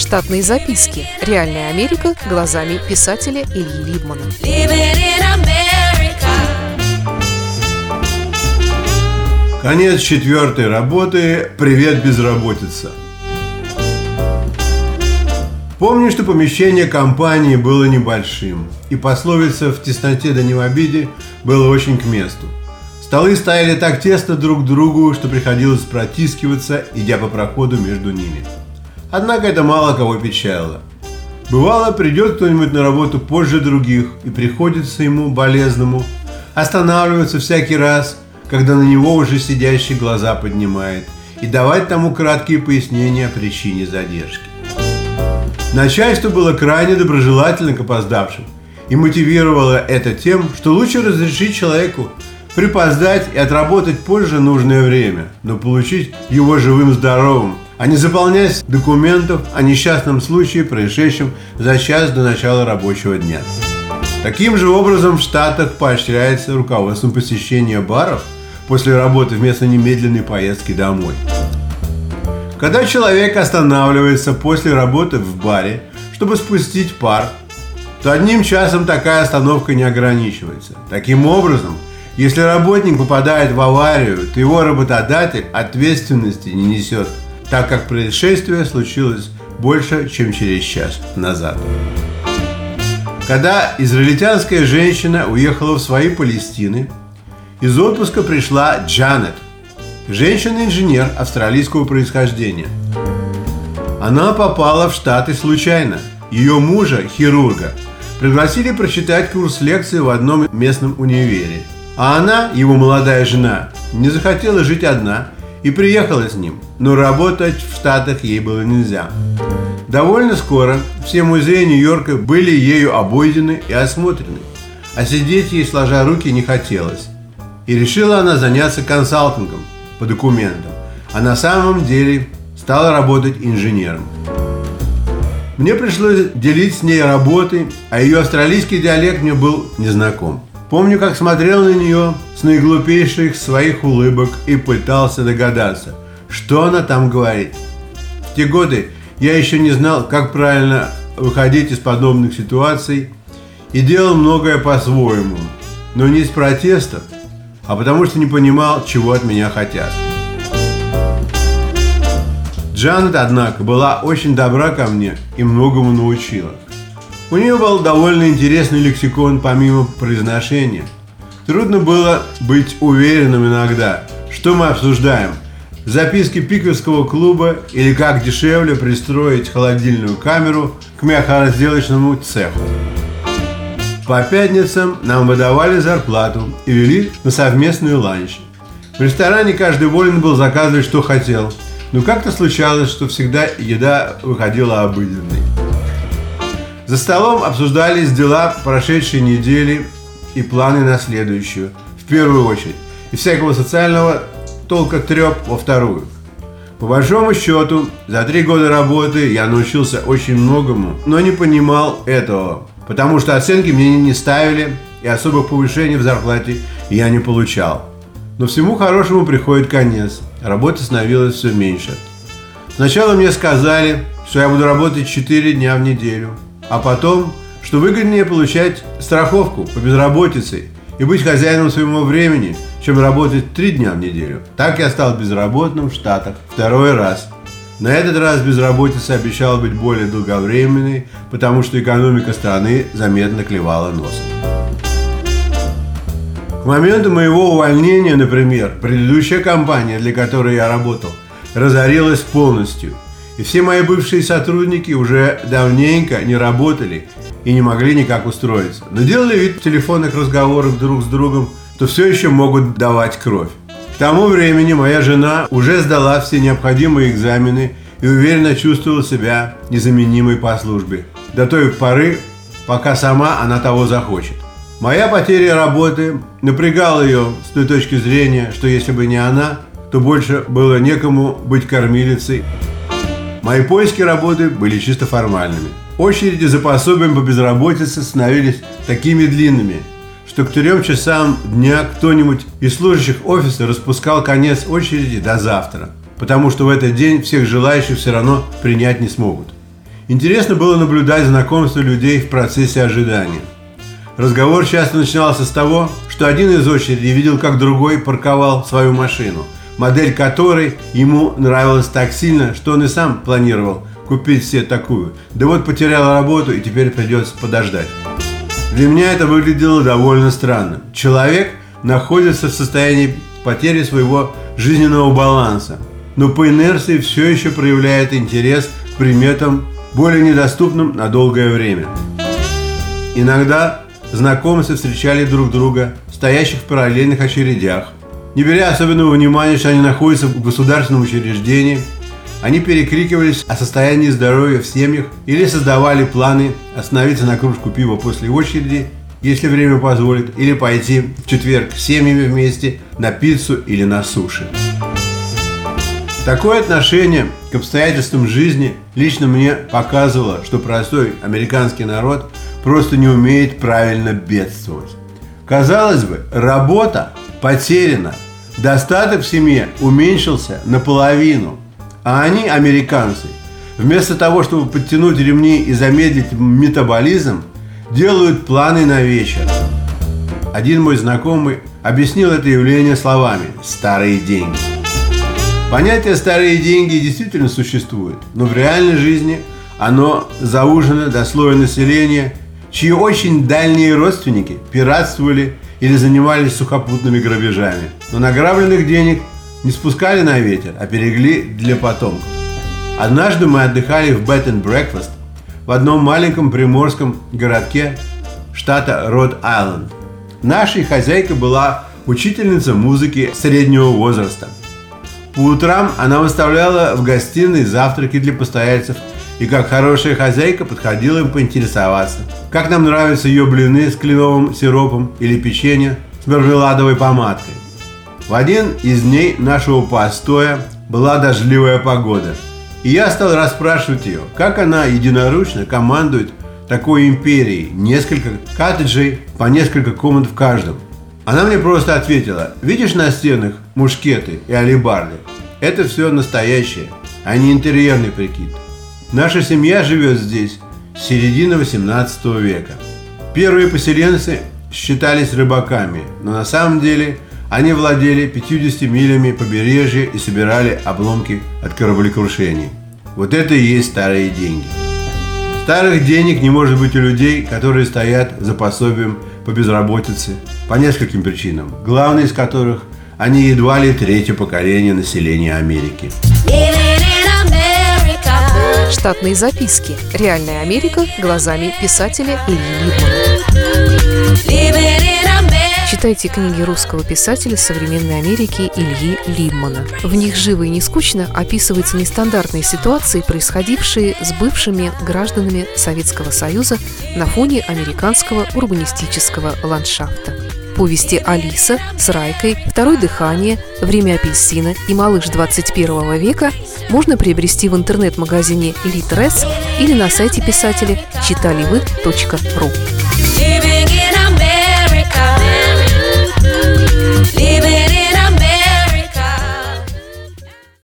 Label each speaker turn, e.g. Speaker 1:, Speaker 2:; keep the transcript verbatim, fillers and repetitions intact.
Speaker 1: Штатные записки. Реальная Америка глазами писателя Ильи Либмана.
Speaker 2: Конец четвертой работы. Привет, безработица. Помню, что помещение компании было небольшим, и пословица «в тесноте да не в обиде» было очень к месту. Столы стояли так тесно друг к другу, что приходилось протискиваться, идя по проходу между ними. Однако это мало кого печалило. Бывало, придет кто-нибудь на работу позже других, и приходится ему, болезному, останавливаться всякий раз, когда на него уже сидящий глаза поднимает, и давать тому краткие пояснения о причине задержки. Начальство было крайне доброжелательно к опоздавшим и мотивировало это тем, что лучше разрешить человеку припоздать и отработать позже нужное время, но получить его живым-здоровым, а не заполнять документов о несчастном случае, происшедшем за час до начала рабочего дня. Таким же образом в Штатах поощряется руководством посещения баров после работы вместо немедленной поездки домой. Когда человек останавливается после работы в баре, чтобы спустить пар, то одним часом такая остановка не ограничивается. Таким образом, если работник попадает в аварию, то его работодатель ответственности не несет, так как происшествие случилось больше, чем через час назад. Когда израильтянская женщина уехала в свои Палестины, из отпуска пришла Джанет, женщина-инженер австралийского происхождения. Она попала в Штаты случайно. Ее мужа, хирурга, пригласили прочитать курс лекций в одном местном универе. А она, его молодая жена, не захотела жить одна и приехала с ним, но работать в Штатах ей было нельзя. Довольно скоро все музеи Нью-Йорка были ею обойдены и осмотрены, а сидеть ей сложа руки не хотелось. И решила она заняться консалтингом по документам, а на самом деле стала работать инженером. Мне пришлось делить с ней работы, а ее австралийский диалект мне был незнаком. Помню, как смотрел на нее с наиглупейших своих улыбок и пытался догадаться, что она там говорит. В те годы я еще не знал, как правильно выходить из подобных ситуаций, и делал многое по-своему, но не из протеста, а потому что не понимал, чего от меня хотят. Джанет, однако, была очень добра ко мне и многому научила. У нее был довольно интересный лексикон помимо произношения. Трудно было быть уверенным иногда, что мы обсуждаем. Записки пикерского клуба или как дешевле пристроить холодильную камеру к мясоразделочному цеху. По пятницам нам выдавали зарплату и вели на совместный ланч. В ресторане каждый волен был заказывать, что хотел, но как-то случалось, что всегда еда выходила обыденной. За столом обсуждались дела прошедшей недели и планы на следующую, в первую очередь, и всякого социального толка треп во вторую. По большому счету, за три года работы я научился очень многому, но не понимал этого, потому что оценки мне не ставили и особых повышений в зарплате я не получал. Но всему хорошему приходит конец, работы становилось все меньше. Сначала мне сказали, что я буду работать четыре дня в неделю, а потом, что выгоднее получать страховку по безработице и быть хозяином своего времени, чем работать три дня в неделю. Так я стал безработным в Штатах второй раз. На этот раз безработица обещала быть более долговременной, потому что экономика страны заметно клевала носом. К моменту моего увольнения, например, предыдущая компания, для которой я работал, разорилась полностью. И все мои бывшие сотрудники уже давненько не работали и не могли никак устроиться. Но делали вид в телефонных разговорах друг с другом, что все еще могут давать кровь. К тому времени моя жена уже сдала все необходимые экзамены и уверенно чувствовала себя незаменимой по службе. До той поры, пока сама она того захочет. Моя потеря работы напрягала ее с той точки зрения, что если бы не она, то больше было некому быть кормилицей. Мои поиски работы были чисто формальными. Очереди за пособием по безработице становились такими длинными, что к трем часам дня кто-нибудь из служащих офиса распускал конец очереди до завтра, потому что в этот день всех желающих все равно принять не смогут. Интересно было наблюдать знакомство людей в процессе ожидания. Разговор часто начинался с того, что один из очереди видел, как другой парковал свою машину, модель которой ему нравилась так сильно, что он и сам планировал купить себе такую. Да вот потерял работу и теперь придется подождать. Для меня это выглядело довольно странно. Человек находится в состоянии потери своего жизненного баланса, но по инерции все еще проявляет интерес к предметам, более недоступным на долгое время. Иногда знакомцы встречали друг друга, стоящих в параллельных очередях. Не беря особенного внимания, что они находятся в государственном учреждении, они перекрикивались о состоянии здоровья в семьях или создавали планы остановиться на кружку пива после очереди, если время позволит, или пойти в четверг с семьями вместе на пиццу или на суши. Такое отношение к обстоятельствам жизни лично мне показывало, что простой американский народ просто не умеет правильно бедствовать. Казалось бы, работа потеряна, достаток в семье уменьшился наполовину, а они, американцы, вместо того, чтобы подтянуть ремни и замедлить метаболизм, делают планы на вечер. Один мой знакомый объяснил это явление словами «старые деньги». Понятие «старые деньги» действительно существует, но в реальной жизни оно заужено до слоя населения, чьи очень дальние родственники пиратствовали или занимались сухопутными грабежами, но награбленных денег не спускали на ветер, а берегли для потомков. Однажды мы отдыхали в Bed and Breakfast в одном маленьком приморском городке штата Род-Айленд. Нашей хозяйкой была учительница музыки среднего возраста. По утрам она выставляла в гостиной завтраки для постояльцев и, как хорошая хозяйка, подходила им поинтересоваться, как нам нравятся ее блины с кленовым сиропом или печенье с мармеладовой помадкой. В один из дней нашего постоя была дождливая погода, и я стал расспрашивать ее, как она единоручно командует такой империей, несколько коттеджей по несколько комнат в каждом. Она мне просто ответила: видишь на стенах мушкеты и алебарды? Это все настоящее, а не интерьерный прикид. Наша семья живет здесь с середины восемнадцатого века. Первые поселенцы считались рыбаками, но на самом деле они владели пятьюдесятью милями побережья и собирали обломки от кораблекрушений. Вот это и есть старые деньги. Старых денег не может быть у людей, которые стоят за пособием по безработице по нескольким причинам, главной из которых они едва ли третье поколение населения Америки.
Speaker 1: Штатные записки. Реальная Америка глазами писателя Ильи Либмана. Читайте книги русского писателя современной Америки Ильи Либмана. В них живо и не скучно описываются нестандартные ситуации, происходившие с бывшими гражданами Советского Союза на фоне американского урбанистического ландшафта. Повести «Алиса» с Райкой, «Второе дыхание», «Время апельсина» и «Малыш двадцать первого века» можно приобрести в интернет-магазине Литрес или на сайте писателя читаливы точка ру.